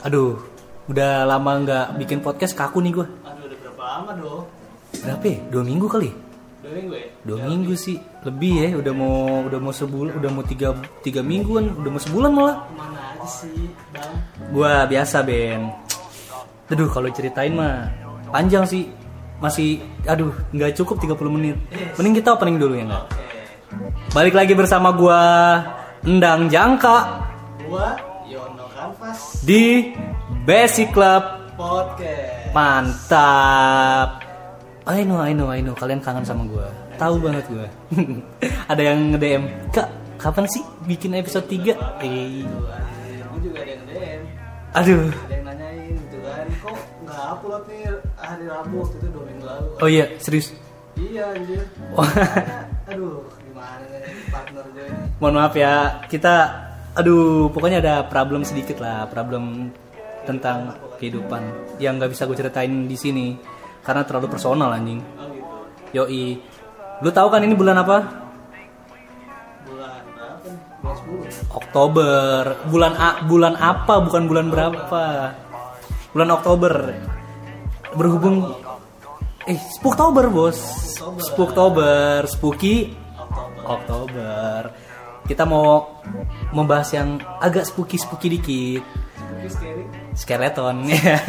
Aduh, udah lama nggak bikin podcast, kaku nih gue. Aduh, udah berapa lama dong? Berapa ya? 2 minggu kali? 2 minggu ya? 2 minggu sih, lebih ya. Udah mau sebulan, udah mau 3 mingguan, udah mau sebulan malah. Kemana aja sih, Bang? Gua biasa, Ben. Aduh, kalau ceritain mah panjang sih. Masih, aduh, nggak cukup 30 menit. Mending kita opening dulu ya nggak? Oke. Balik lagi bersama gua, Endang Jangka, Gua Yono Canvas di Basic Club Podcast. Mantap. I know. Kalian kangen sama gue. Tahu banget gue. Ada yang nge-DM, "Kak, kapan sih bikin episode 3?" Gue juga ada yang DM. Aduh. Ada yang nanyain gitu kan, kok nggak upload nih hari Rabu waktu itu 2 minggu lalu. Oh iya, serius. Iya anjir. Wah. Aduh, gimana nih partner gue ini. Mohon maaf ya, kita pokoknya ada problem sedikit lah, problem tentang kehidupan yang nggak bisa gue ceritain di sini karena terlalu personal anjing. Oh gitu. Yoi. Lu tahu kan ini bulan apa? Bulan berapa nih? Bulan 10. Oktober. Bulan apa? Bukan bulan berapa? Bulan Oktober. Berhubung Spooktober, Bos. Spooktober, Spooky Oktober. Kita mau membahas yang agak spooky dikit. Scary. Skeleton.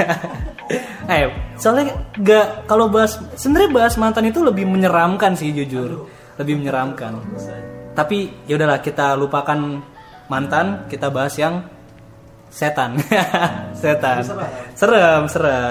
Soalnya kalau sebenarnya bahas mantan itu lebih menyeramkan sih, jujur. Lebih menyeramkan. Tapi ya udahlah, kita lupakan mantan, kita bahas yang setan. Setan. Serem.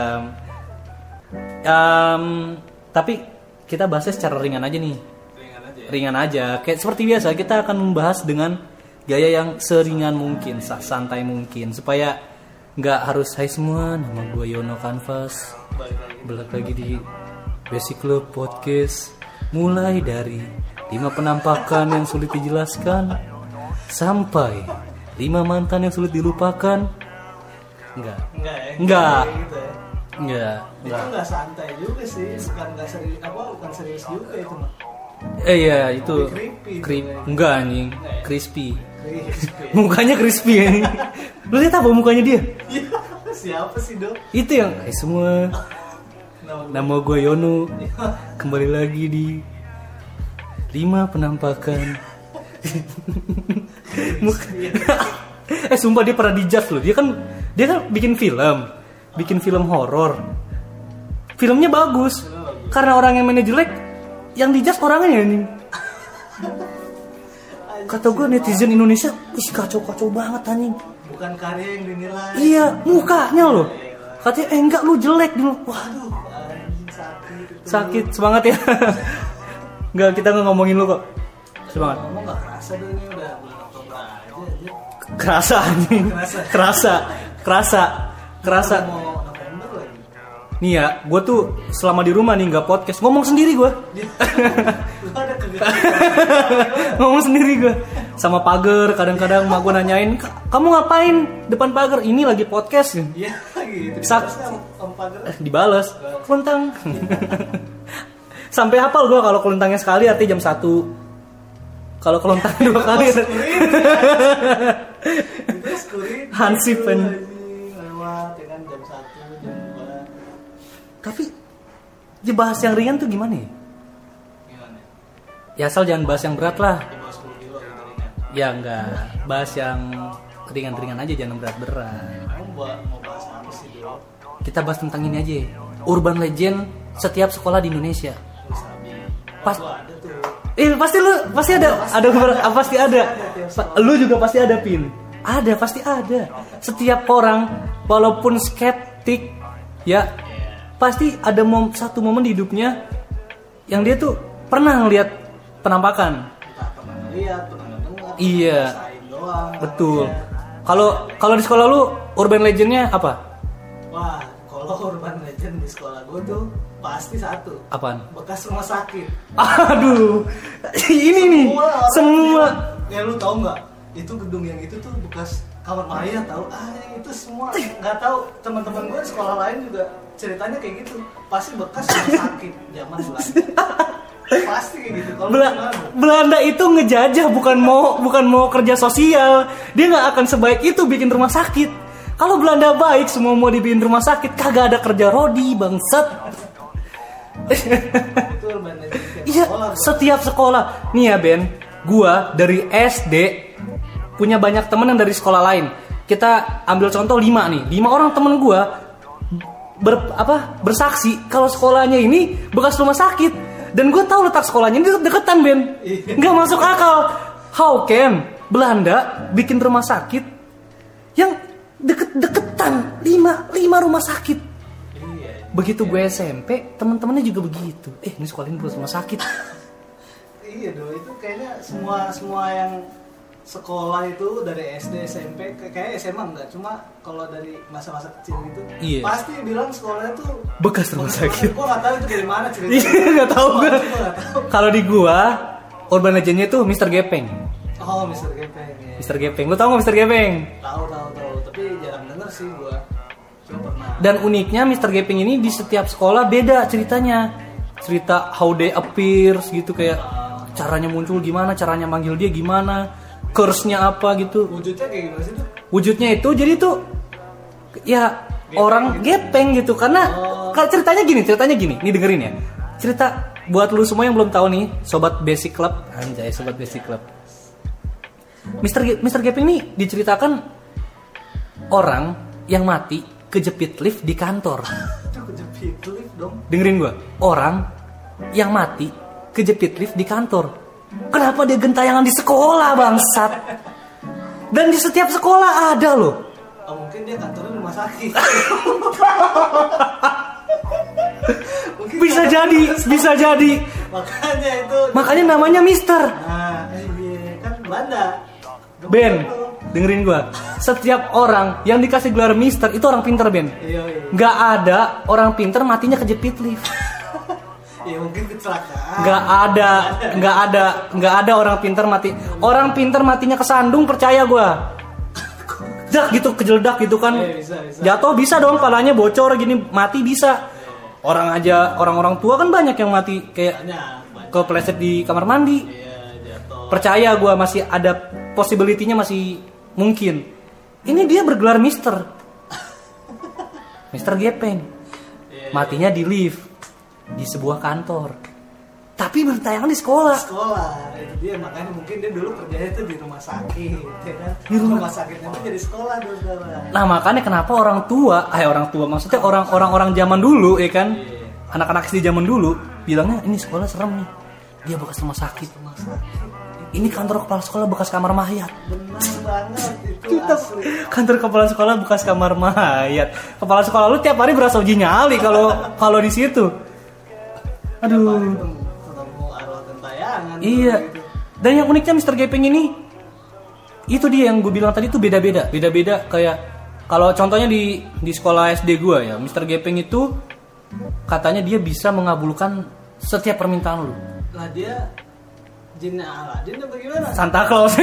Tapi kita bahasnya secara ringan aja nih. Ringan aja. Kayak seperti biasa, kita akan membahas dengan gaya yang seringan mungkin, santai mungkin, supaya nggak harus hai semua, nama gue Yono Canvas, balik lagi di Basic Club Podcast. Mulai dari 5 penampakan yang sulit dijelaskan sampai 5 mantan yang sulit dilupakan. Enggak. Gitu ya. Enggak. Itu nggak santai juga sih, bukan serius juga itu mah. Iya itu enggak anjing, crispy. Mukanya crispy anjing. Lu lihat apa mukanya dia? Siapa sih, Dok? Itu yang semua. Nama gue Yono. Kembali lagi di 5 penampakan. Sumpah dia pernah dijudge loh. Dia kan bikin film horor. Filmnya bagus. Karena orang yang mainnya jelek, yang dijudge orangnya anjing. Kata gue netizen Indonesia, kacau banget anjing. Bukan karya yang dinilai. Iya, mukanya loh. Katanya enggak, lu jelek dulu. Waduh, sakit semangat ya. Enggak, kita nggak ngomongin lu kok. Semangat. Ngomong nggak kerasa dulu nih, udah bulan Oktober aja. Kerasa anjing. Kerasa. Mau November lagi. Nih ya, gue tuh selama di rumah nih nggak podcast, ngomong sendiri gue. Lu ada kegiatan. Ngomong sendiri gue. Sama pagar, kadang-kadang mak gue nanyain, "Kamu ngapain depan pagar?" "Ini lagi podcast." Iya, gitu. Dibales, "Kelentang." Sampai hafal gue kalau kelentangnya sekali artinya jam 1. Kalau kelentang 2 kali. Hansip kan. Lewat ya kan jam 1, jam 2. Tapi dibahas yang ringan tuh gimana ya? Gimana? Ya asal jangan bahas yang berat lah. Di bawah 10 kilo gitu ringan. Ya enggak, bahas yang ringan-ringan aja, jangan berat-berat. Kamu mau bahas apa sih, Dok? Kita bahas tentang ini aja. Urban legend setiap sekolah di Indonesia. Pas Ada tuh. pasti ada. Lu juga pasti ada, Pin. Ada, pasti ada. Setiap orang walaupun skeptik ya, pasti ada satu momen di hidupnya yang dia tuh pernah ngelihat penampakan. Entah pernah ngeliat, pernah dengar. Iya. Rasain doang. Betul. Kalau di sekolah lu urban legendnya apa? Wah, kalau urban legend di sekolah gue tuh pasti satu. Apaan? Bekas rumah sakit. Aduh. Ini nih. Semua. Ya lu tahu nggak? Itu gedung yang itu tuh bekas kamar mayat, tahu? Itu semua nggak tahu. Teman-teman gue di sekolah lain juga ceritanya kayak gitu. Pasti bekas rumah sakit zaman Belanda. Pasti kayak gitu. Kalau Belanda itu ngejajah, bukan mau kerja sosial. Dia nggak akan sebaik itu bikin rumah sakit. Kalau Belanda baik semua mau dibikin rumah sakit, kagak ada kerja rodi bangsat. Itu urban legend. Iya, setiap sekolah. Nih ya Ben, gua dari SD punya banyak temen yang dari sekolah lain. Kita ambil contoh 5 nih. 5 orang temen gua bersaksi kalau sekolahnya ini bekas rumah sakit. Dan gue tahu letak sekolahnya ini deketan Ben. Nggak masuk akal. How can Belanda bikin rumah sakit yang deket-deketan 5 rumah sakit. Begitu gue SMP, teman-temannya juga begitu. Ini sekolah ini bukan rumah sakit. Iya dong, itu kayaknya semua yang sekolah itu dari SD, SMP, kayak SMA enggak, cuma kalau dari masa-masa kecil gitu, pasti bilang sekolahnya tuh bekas rumah sakit. Gue nggak tahu itu dari mana ceritanya. Iya, nggak tahu gue. Kalau di gua, urban legendnya tuh Mr. Gepeng. Oh, Mr. Gepeng. Ya. Mr. Gepeng, lu tau nggak Mr. Gepeng? Tahu, tapi jarang denger sih gua. Cuma pernah. Dan uniknya Mr. Gepeng ini di setiap sekolah beda ceritanya. Cerita how they appears gitu, kayak caranya muncul gimana, caranya manggil dia gimana, curse-nya apa gitu. Wujudnya kayak gimana sih tuh? Wujudnya itu jadi tuh ya gepeng, orang gitu. Gepeng gitu karena ceritanya gini, nih dengerin ya. Cerita buat lu semua yang belum tahu nih, sobat Basic Club, anjay sobat Basic Club. Mr. Gepeng nih diceritakan orang yang mati kejepit lift di kantor. Kejepit lift dong. Dengerin gua, orang yang mati kejepit lift di kantor. Kenapa dia gentayangan di sekolah bangsat? Dan di setiap sekolah ada loh. Oh, mungkin dia kantornya di rumah sakit. Bisa jadi. Makanya namanya Mister. Nah, iya kan Belanda. Ben, dengerin gua. Setiap orang yang dikasih gelar Mister itu orang pinter, Ben. Iya. Gak ada orang pinter matinya kejepit lift. Ya mungkin kecelakaan. Nggak ada orang pinter mati. Orang pinter matinya kesandung, percaya gua. Dak gitu, kejeledak gitu kan. Bisa. Jatuh bisa dong, palanya bocor gini, mati bisa. Orang-orang tua kan banyak yang mati kayak kepleset di kamar mandi. Iya, jatuh. Percaya gua masih ada possibility-nya, masih mungkin. Ini dia bergelar Mister Gepeng. Matinya di lift di sebuah kantor, tapi bertayangan di sekolah, itu dia, makanya mungkin dia dulu kerjanya itu di rumah sakit, ya kan? Di rumah sakitnya itu jadi sekolah dulu. Nah makanya kenapa orang tua maksudnya orang zaman dulu ya kan, anak-anak SD zaman dulu bilangnya ini sekolah serem nih, dia bekas rumah sakit. Ini kantor kepala sekolah bekas kamar mayat. Benar banget itu asli. Kantor kepala sekolah bekas kamar mayat. Kepala sekolah lu tiap hari berasa uji nyali kalau di situ. Aduh. Ketemu arwah gentayangan. Iya. Gitu. Dan yang uniknya Mr. Gepeng ini, itu dia yang gue bilang tadi tuh beda-beda kayak kalau contohnya di sekolah SD gue ya, Mr. Gepeng itu katanya dia bisa mengabulkan setiap permintaan lu. Lah dia jinnya Aladin apa gimana? Santa Claus.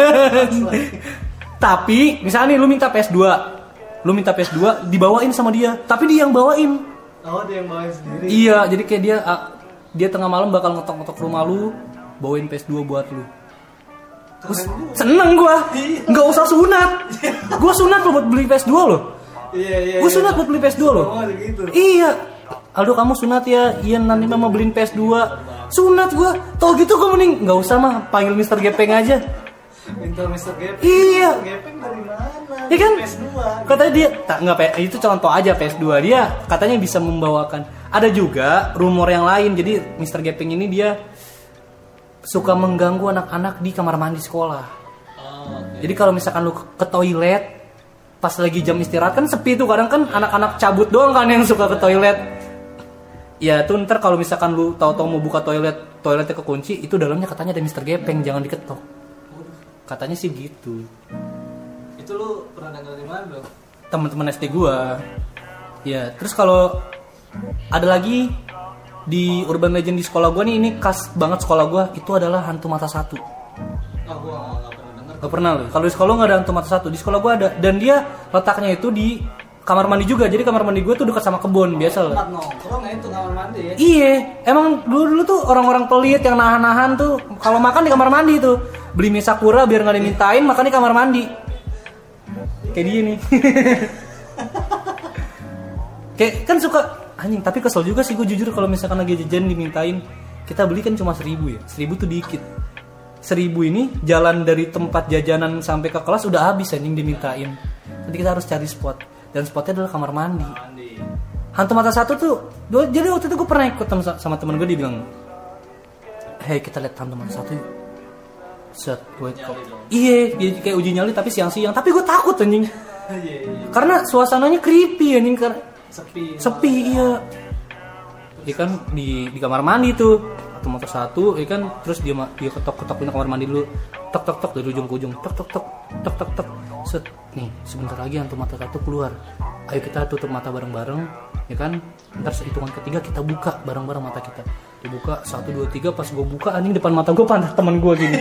Tapi misalnya nih lu minta PS2 dibawain sama dia, tapi dia yang bawain. Oh, dia yang bawain sendiri. Iya, jadi kayak dia tengah malam bakal ngetok-ngetok rumah lu, bawain PS2 buat lu. Seneng gua. Enggak usah sunat. Gua sunat lo buat beli PS2 lo. Iya. Gua sunat buat beli PS2 lo. Gitu. Iya. Aldo kamu sunat ya? Iya, nanti mama beliin PS2. Sunat gua. Tau gitu gua mending enggak usah mah, panggil Mr. Gepeng aja. Minta Mr. Gepeng. Iya. Mr. Gepeng dari mana? Iya kan? PS2. Katanya dia itu contoh aja PS2, dia katanya bisa membawakan. Ada juga rumor yang lain. Jadi Mr. Gepeng ini dia suka mengganggu anak-anak di kamar mandi sekolah. Okay. Jadi kalau misalkan lu ke toilet pas lagi jam istirahat kan sepi tuh, kadang kan anak-anak cabut doang kan yang suka ke toilet. Ya tuh ntar kalau misalkan lu tahu-tahu mau buka toiletnya kekunci, itu dalamnya katanya ada Mr. Gepeng, jangan diketok. Katanya sih gitu. Itu lu pernah dengar di mana, Bro? Teman-teman SD gua. Ya, terus kalau ada lagi di urban legend di sekolah gua nih, ini khas banget sekolah gua, itu adalah hantu mata satu. Oh, gua enggak pernah dengar. Gak pernah loh. Kalau di sekolah nggak ada hantu mata satu, di sekolah gua ada. Dan dia letaknya itu di kamar mandi juga. Jadi kamar mandi gua tuh dekat sama kebun biasa loh. Tempat nongkrong ya itu kamar mandi ya. Iya, emang dulu tuh orang-orang pelit yang nahan-nahan tuh kalau makan di kamar mandi tuh. Beli mie sakura biar nggak dimintain, makan di kamar mandi. kayak dia nih. Kayak kan suka anjing, tapi kesel juga sih gue jujur kalau misalkan lagi jajan dimintain, kita beli kan cuma 1.000 ya. 1.000 tuh dikit. 1.000 ini jalan dari tempat jajanan sampai ke kelas udah habis anjing dimintain. Nanti kita harus cari spot, dan spotnya adalah kamar mandi. Hantu mata satu tuh, jadi waktu itu gue pernah ikut sama temen gue, dia bilang, "Hey, kita lihat hantu mata satu yuk." Set, gue kok. Iya, kayak uji nyali tapi siang-siang. Tapi gue takut anjing. Karena suasananya creepy anjing, karena sepi iya. Dia kan di kamar mandi tuh, atau motor satu, ya kan, terus dia ketok pintu kamar mandi dulu, tok dari ujung ke ujung, tok. Set, nih sebentar lagi hantu mata satu keluar. Ayo kita tutup mata bareng-bareng, ya kan? Ntar hitungan ketiga kita buka bareng-bareng mata kita. Dibuka 1, 2, 3, pas gue buka anjing depan mata gue pantat teman gue gini.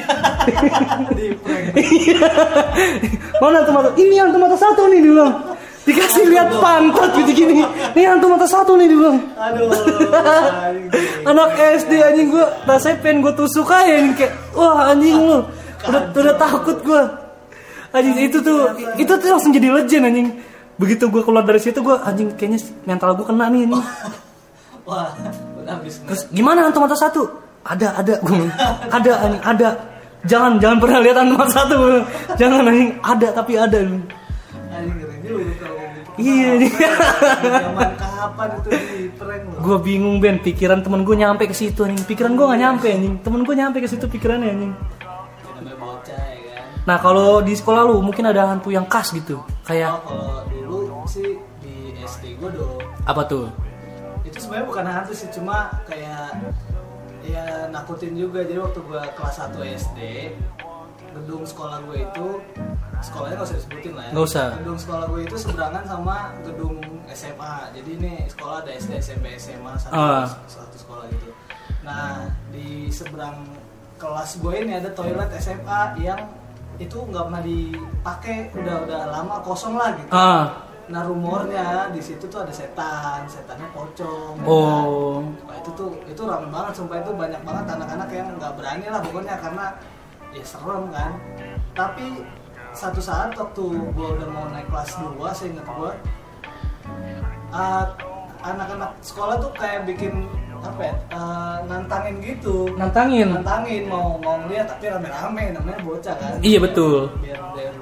Mana hantu mata? Ini hantu mata satu nih dulu. Dikasih lihat pantat gitu gini. Nih hantu mata satu nih dia bilang. Aduh. Anak SD anjing, gue rasanya pengen gue tusuk aja nih, kayak wah anjing lu. Udah takut gue. Anjing itu tuh langsung jadi legend anjing. Begitu gue keluar dari situ, gue anjing kayaknya mental gue kena nih anjing. Wah, udah habis. Terus gimana hantu mata satu? Ada gue. Ada anjing, ada. Jangan pernah lihat hantu mata satu. Jangan anjing, ada tapi ada. Anjing ngeri juga kalau gitu. Iya. Zaman kapan itu di prank lo? Gue bingung Ben, pikiran temen gue nyampe ke situ anjing. Pikiran gue nggak nyampe anjing. Temen gue nyampe ke situ pikirannya anjing. Namanya bocah ya kan. Nah kalau di sekolah lu mungkin ada hantu yang khas gitu, kayak Kalau dulu sih di SD gue dong. apa tuh? Itu sebenarnya bukan hantu sih, cuma kayak ya nakutin juga. Jadi waktu gue kelas 1 SD, gedung sekolah gue itu, sekolahnya nggak usah disebutin lah ya. Nggak usah. Gedung sekolah gue itu seberangan sama gedung SMA. Jadi ini sekolah ada SD, SMP, SMA satu sekolah gitu. Nah di seberang kelas gue ini ada toilet SMA yang itu nggak pernah dipakai, udah lama kosong lah gitu. Nah rumornya di situ tuh ada setannya pocong. Oh. Nah, itu ramai banget, sumpah itu banyak banget anak-anak yang nggak berani lah pokoknya karena ya serem kan. Tapi satu saat waktu gue udah mau naik kelas 2, saya ingat gue, anak-anak sekolah tuh kayak bikin apa ya, nantangin gitu. Nantangin mau ngeliat tapi rame-rame, namanya bocah kan. Iya betul. Biar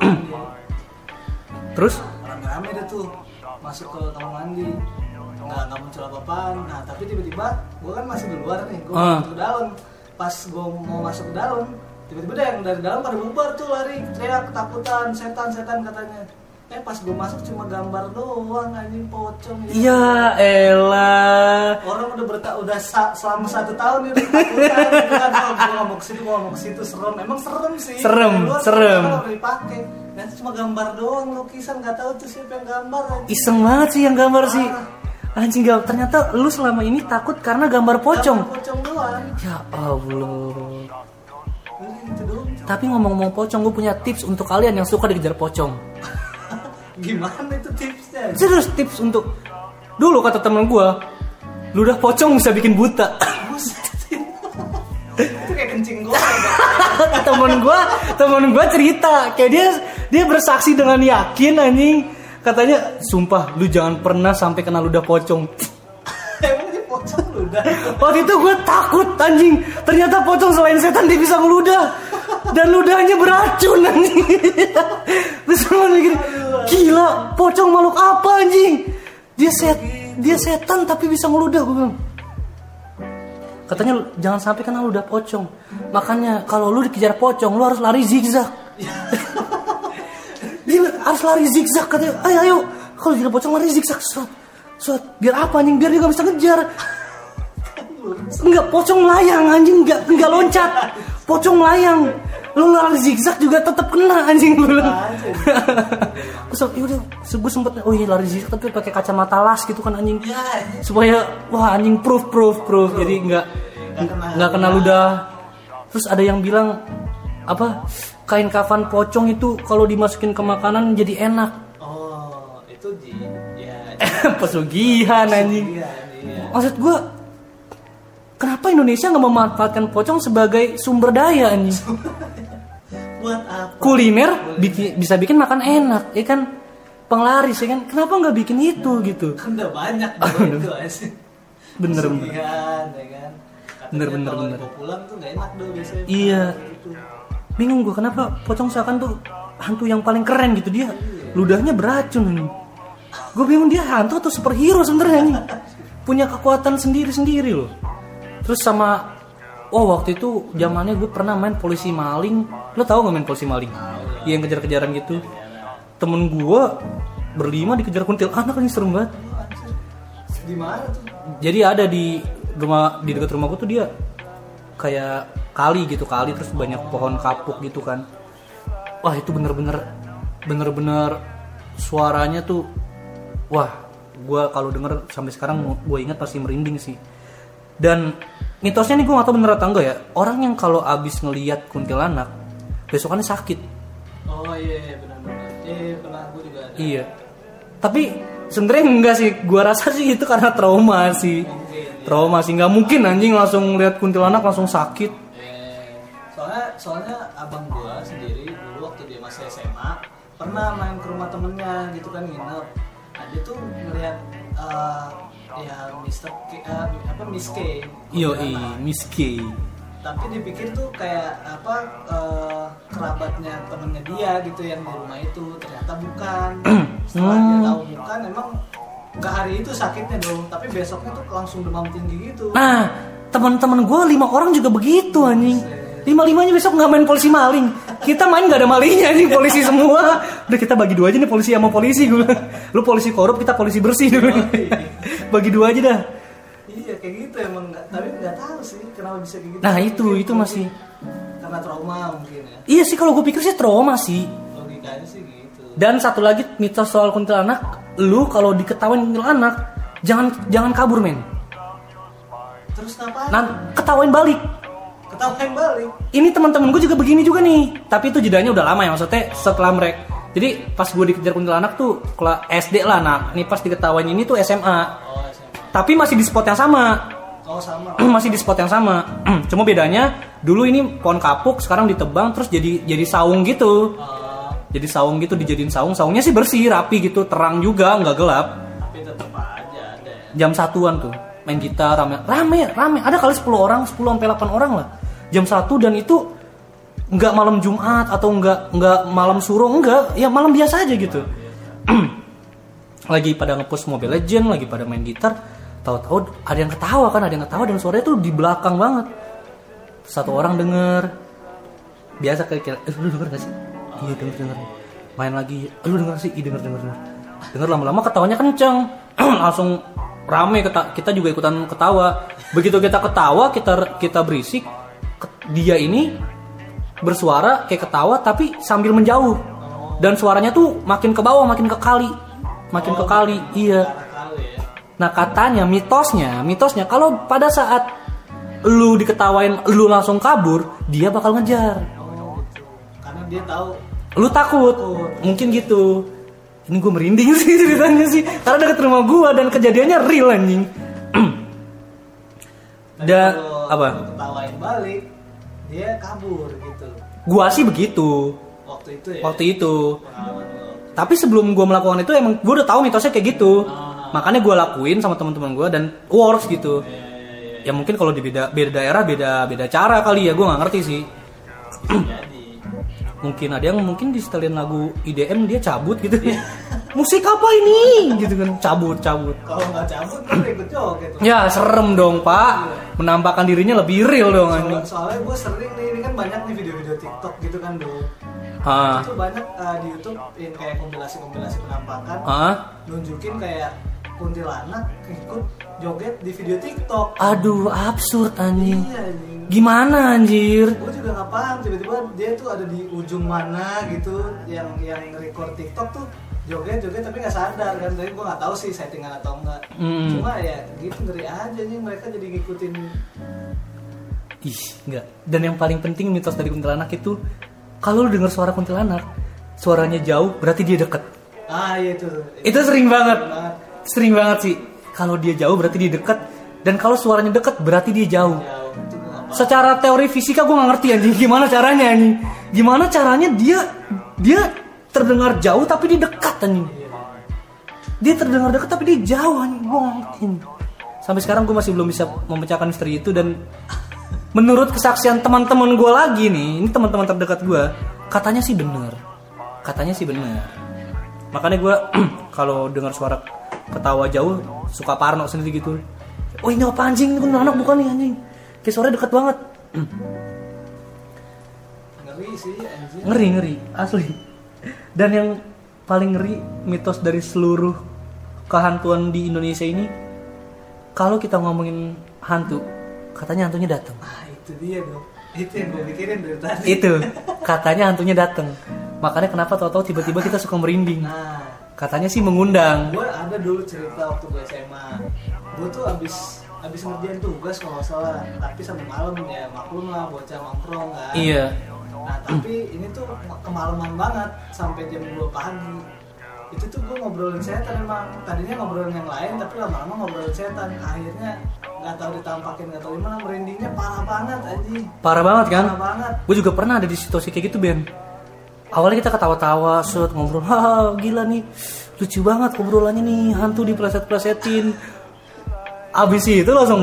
Terus rame-rame deh tuh masuk ke kamar mandi, nggak muncul apa-apaan. Nah tapi tiba-tiba gue kan masih di luar nih, gue masuk ke dalam. Pas gue mau masuk ke dalam, tiba-tiba deh yang dari dalam pada bubar tuh, lari teriak ketakutan, setan katanya. Pas gue masuk cuma gambar doang anjing, pocong ya. Ya elah. Orang udah selama 1 tahun nih udah ketakutan. Gue nggak mau ke situ, serem. Emang serem sih. Serem. Kalau dipakai, nanti cuma gambar doang, lukisan, nggak tahu tuh siapa yang gambar. Anjing. Iseng banget sih yang gambar sih. Anjing, ternyata lu selama ini takut karena gambar pocong. Gambar pocong doang. Ya Allah. Gitu doang. Tapi ngomong-ngomong pocong, gue punya tips untuk kalian yang suka dikejar pocong. Gimana itu tipsnya? Serius, tips untuk dulu kata temen gue, ludah pocong bisa bikin buta. Itu kayak kencing goreng. temen gue cerita kayak dia bersaksi dengan yakin anjing, katanya sumpah lu jangan pernah sampai kena ludah pocong. Emang ini pocong ludah? Waktu itu gue takut anjing, ternyata pocong selain setan dia bisa ngeludah dan ludahnya beracun anjing. Terus gue mikir, gila, pocong makhluk apa anjing? Dia setan tapi bisa ngeludah, gue bilang. Katanya jangan sampai kena ludah pocong. Makanya kalau lu dikejar pocong, lu harus lari zigzag. Dia harus lari zigzag, katanya. Ayo, kalau dikejar pocong lari zigzag. Suat, biar apa anjing? Biar dia gak bisa ngejar. Enggak, pocong melayang anjing, enggak loncat. Pocong melayang. Lu lari zigzag juga tetap kena anjing, gue bilang. Gue sempet lari zigzag tapi pakai kacamata las gitu kan anjing. Supaya anjing proof. Jadi enggak kena ludah. Terus ada yang bilang apa? Kain kafan pocong itu kalau dimasukin ke makanan jadi enak. Oh, itu Pesugihan anjing. Maksud gue, kenapa Indonesia nggak memanfaatkan pocong sebagai sumber daya anjing? buat apa? Kuliner bisa bikin makan enak, ya kan? Penglaris, ya kan? Kenapa nggak bikin itu gitu? Kan udah banyak itu sih. Bener. Ya kan. Bener. Kalau pulang tuh nggak enak dong biasanya. Iya. Gitu. Bingung gue kenapa Pocong seakan tuh hantu yang paling keren gitu, dia ludahnya beracun nih. Gue bingung dia hantu atau superhero sebenarnya nih. Punya kekuatan sendiri loh. Terus sama waktu itu zamannya gue pernah main polisi maling. Lo tau gak main polisi maling? Yang kejar-kejaran gitu. Temen gue berlima dikejar kuntilanak, ini serem banget. Di mana tuh? Jadi ada di dekat rumah gue tuh dia kayak kali terus banyak pohon kapuk gitu kan. Wah itu bener-bener suaranya tuh, wah gue kalau denger sampai sekarang gue ingat pasti merinding sih. Dan mitosnya nih gue gak tau bener atau enggak ya, orang yang kalau abis ngelihat kuntilanak besokannya sakit. Oh iya benar-benar. Iya pernah, gue juga ada. Iya. Tapi sebenarnya enggak sih, gue rasa sih itu karena trauma sih. Trauma sih, nggak mungkin anjing langsung lihat kuntilanak langsung sakit. Soalnya abang gua sendiri dulu waktu dia masih SMA pernah main ke rumah temennya gitu kan, nginep. Nah dia tuh ngeliat Miss K. Miss K. Tapi dipikir tuh kayak kerabatnya temennya dia gitu yang di rumah itu, ternyata bukan. Setelah dia tahu bukan, emang ke hari itu sakitnya dong, tapi besoknya tuh langsung demam tinggi gitu. Nah, teman-teman gue 5 orang juga begitu anjing. 5-5-nya besok nggak main polisi maling. Kita main nggak ada malingnya anjing, polisi semua. Udah kita bagi 2 aja nih, polisi sama polisi gue. Lu polisi korup, kita polisi bersih dulu. Bagi 2 aja dah. Iya kayak gitu emang, tapi nggak tahu sih kenapa bisa kayak gitu. Nah itu masih karena trauma mungkin ya. Iya sih kalau gue pikir sih trauma sih. Logikanya sih gitu. Dan satu lagi mitos soal kuntilanak, lu kalau diketawain kuntilanak jangan kabur men. Terus ngapain? Ketawain balik. Ini teman-teman gue juga begini juga nih. Tapi itu jedanya udah lama ya, maksudnya setelah mereka. Jadi pas gue dikejar kuntilanak tuh SD lah. Nah ini pas diketawain ini tuh SMA. Tapi masih di spot yang sama. Sama. Masih di spot yang sama. Cuma bedanya dulu ini pohon kapuk, sekarang ditebang terus jadi saung gitu. Jadi saung gitu, dijadiin saung. Saungnya sih bersih, rapi gitu, terang juga, nggak gelap. Tapi tetap aja ada. Jam 1-an tuh main gitar rame. Ada kali 10 orang, 10 sampai 8 orang lah. Jam 1 dan itu nggak malam Jumat atau nggak malam suruh, enggak, ya malam biasa aja gitu. Lagi pada nge-push Mobile Legends, lagi pada main gitar, tahu-tahu ada yang ketawa dan suaranya tuh di belakang banget. Satu orang denger, biasa kayak lu denger gak sih? Iya denger. Main lagi, lu denger sih? Iya denger lama-lama ketawanya kenceng. Langsung rame, kita juga ikutan ketawa. Begitu kita ketawa, kita berisik, dia ini bersuara kayak ketawa tapi sambil menjauh. Dan suaranya tuh makin ke bawah, makin ke kali. Iya. Nah katanya mitosnya kalau pada saat lu diketawain lu langsung kabur, dia bakal ngejar. Karena dia tahu lu takut. Mungkin gitu. Ini gue merinding sih ceritanya sih, karena deket rumah gue dan kejadiannya real anjing. Dan apa? Ketawain balik, dia kabur gitu. Gua sih begitu. Waktu itu. Tapi sebelum gue melakukan itu emang gue udah tahu mitosnya kayak gitu. Makanya gue lakuin sama teman-teman gue dan works gitu. Ya mungkin kalau di beda daerah beda cara kali ya, gue nggak ngerti sih. Mungkin ada yang di setelin lagu IDM dia cabut gitu. Musik apa ini gitu kan, cabut. Kalau nggak cabut kan ikut joget. Ya serem dong pak, menampakkan dirinya lebih real dong anjing. Soalnya gue sering nih, ini kan banyak nih video-video TikTok gitu kan dulu. Itu banyak di YouTube yang kayak kompilasi penampakan, nunjukin kayak kuntilanak ikut joget di video TikTok. Aduh absurd anjing. Iya, anjing. Gimana anjir? Gue juga nggak paham, tiba-tiba dia tuh ada di ujung mana gitu yang record TikTok tuh joget tapi nggak sadar kan. Tapi gue nggak tahu sih settingan atau enggak. Cuma ya gitu, ngeri aja nih mereka jadi ngikutin. Ih enggak. Dan yang paling penting mitos dari kuntilanak itu, kalau lu dengar suara kuntilanak, suaranya jauh berarti dia deket. Iya itu sering banget. Sering banget sih. Kalau dia jauh berarti dia deket, dan kalau suaranya deket berarti dia jauh. Secara teori fisika gue nggak ngerti anjing gimana caranya anjing. Gimana caranya dia terdengar jauh tapi dia dekat anjing. Dia terdengar dekat tapi dia jauh anjing. Gue nggak ngerti. Sampai sekarang gue masih belum bisa memecahkan misteri itu. Dan menurut kesaksian teman-teman gue lagi nih, ini teman-teman terdekat gue, katanya sih benar. Makanya gue kalau dengar suara ketawa jauh suka parno sendiri gitu. Oh ini apa anjing? Ini anak bukan nih anjing. Kayak suaranya dekat banget. Ngeri sih anjing. Ngeri asli. Dan yang paling ngeri mitos dari seluruh kehantuan di Indonesia ini, kalau kita ngomongin hantu, katanya hantunya datang. Itu dia dong. Itu yang gue pikirin dari tadi. Itu katanya hantunya datang. Makanya kenapa tahu-tahu tiba-tiba kita suka merinding. Nah, katanya sih mengundang. Gue ada dulu cerita waktu gue SMA. Gue tuh abis ngerjain tugas kalau nggak salah, tapi sampai malam ya, maklum lah bocah nongkrong kan. Iya. Nah tapi ini tuh kemalaman banget sampai jam 2 pagi. Itu tuh gue ngobrolin setan emang. Tadinya ngobrolin yang lain tapi lama-lama ngobrolin setan. Akhirnya nggak tahu ditampakin, nggak tahu gimana, merindingnya parah banget anjing. Parah banget kan? Parah banget. Gue juga pernah ada di situasi kayak gitu Ben. Awalnya kita ketawa-tawa, ngobrol, haha gila nih, lucu banget obrolannya nih, hantu dipleset-plesetin. Abis itu langsung,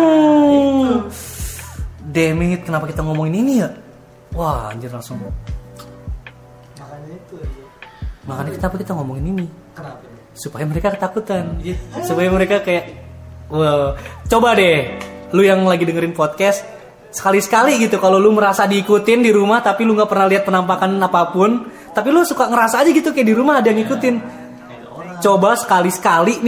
damn it, kenapa kita ngomongin ini ya? Wah anjir langsung. Makanya itu aja. Makanya kenapa kita ngomongin ini? Kenapa? Supaya mereka ketakutan. Supaya mereka kayak, wow. Coba deh, lu yang lagi dengerin podcast, sekali-sekali gitu kalau lu merasa diikutin di rumah tapi lu nggak pernah lihat penampakan apapun, tapi lu suka ngerasa aja gitu kayak di rumah ada yang ngikutin. Coba sekali-sekali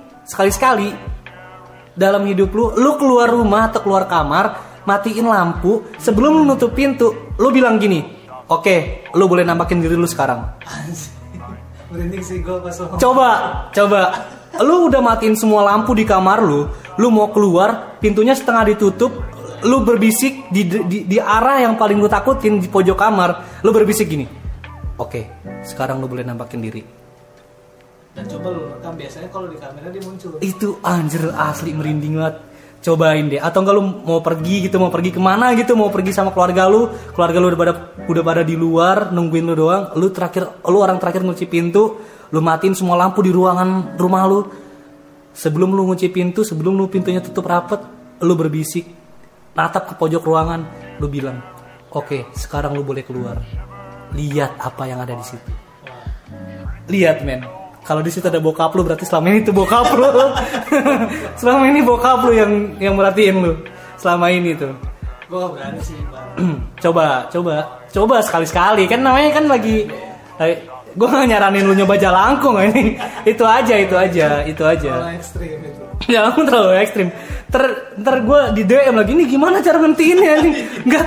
dalam hidup lu keluar rumah atau keluar kamar, matiin lampu, sebelum lu nutup pintu, lu bilang gini, oke, lu boleh nampakin diri lu sekarang. Merinding sih gue pas ngomong. Coba lu udah matiin semua lampu di kamar lu mau keluar, pintunya setengah ditutup, lu berbisik di arah yang paling lu takutin di pojok kamar, lu berbisik gini, oke, sekarang lu boleh nampakin diri. Dan coba lu rekam, biasanya kalau di kamera dia muncul. Itu anjir asli merinding banget. Cobain deh. Atau enggak lu mau pergi kemana gitu, mau pergi sama keluarga lu udah pada di luar nungguin lu doang. Lu orang terakhir ngunci pintu, lu matiin semua lampu di ruangan rumah lu. Sebelum lu ngunci pintu, sebelum lu pintunya tutup rapet, lu berbisik, natap ke pojok ruangan, lu bilang, oke, sekarang lu boleh keluar. Lihat apa yang ada di situ. Lihat men. Kalau di situ ada bokap lu, berarti selama ini tuh bokap lu. Selama ini bokap lu yang merhatiin lu. Selama ini tuh. Gue gak berani sih, Bang. Coba sekali-sekali. Kan namanya kan lagi gue gak nyaranin lu nyoba jalangkung ini. Itu aja. Terlalu ekstrim itu. Jangan terlalu ekstrim. Ntar gue di DM lagi, nih gimana cara ngentinnya nih? Gak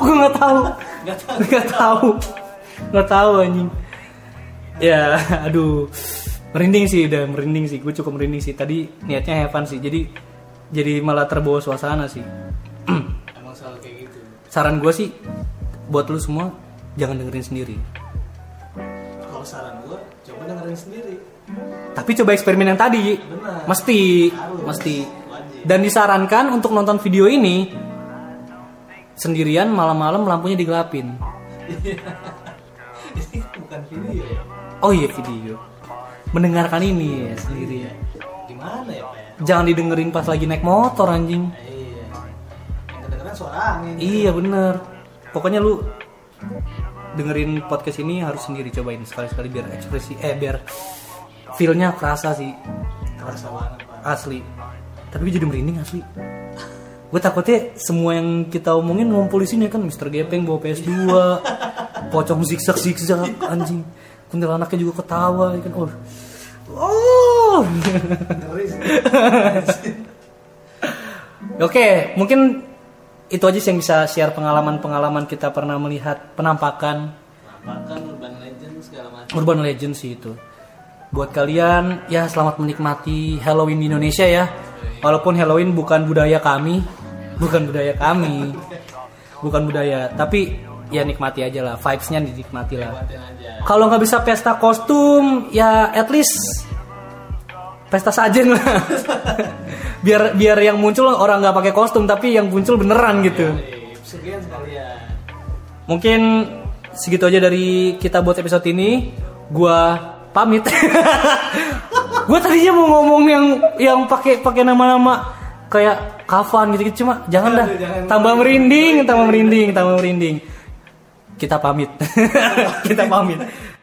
tahu anjing. Ya, aduh, merinding sih, gue cukup merinding sih. Tadi niatnya have fun sih, jadi malah terbawa suasana sih. Emang selalu kayak gitu. Saran gue sih, buat lu semua, jangan dengerin sendiri. Kalau saran gue, coba dengerin sendiri. Tapi coba eksperimen yang tadi, bener. mesti. Wajib. Dan disarankan untuk nonton video ini sendirian, malam-malam lampunya digelapin. Ini bukan video ya? Oh iya video. Mendengarkan ini ya sendiri ya. Gimana ya Pak ya? Jangan didengerin pas lagi naik motor anjing. Iya. Yang kedengeran suara angin. Iya bener. Pokoknya lu dengerin podcast ini harus sendiri, cobain sekali-sekali biar biar feel-nya kerasa sih. Kerasa banget Pak. Asli. Tapi gue jadi merinding asli. Gue takutnya semua yang kita omongin ngumpul di sini kan Mr. Gepeng bawa PS2, pocong zigzag anjing. Kuntilanaknya juga ketawa ya kan. Oke, mungkin itu aja sih yang bisa share pengalaman kita pernah melihat penampakan urban legend segala macam. Urban legend sih itu. Buat kalian ya selamat menikmati Halloween di Indonesia ya. Walaupun Halloween bukan budaya kami, tapi ya nikmati aja lah, vibes-nya dinikmati lah. Kalau nggak bisa pesta kostum, ya at least pesta sajen lah. biar yang muncul orang nggak pakai kostum tapi yang muncul beneran gitu. Sekian sekalian. Mungkin segitu aja dari kita buat episode ini. Gua pamit. Gua tadinya mau ngomong yang pakai nama-nama kayak kafan gitu, cuma jangan dah. Tambah merinding. Kita pamit. Kita pamit.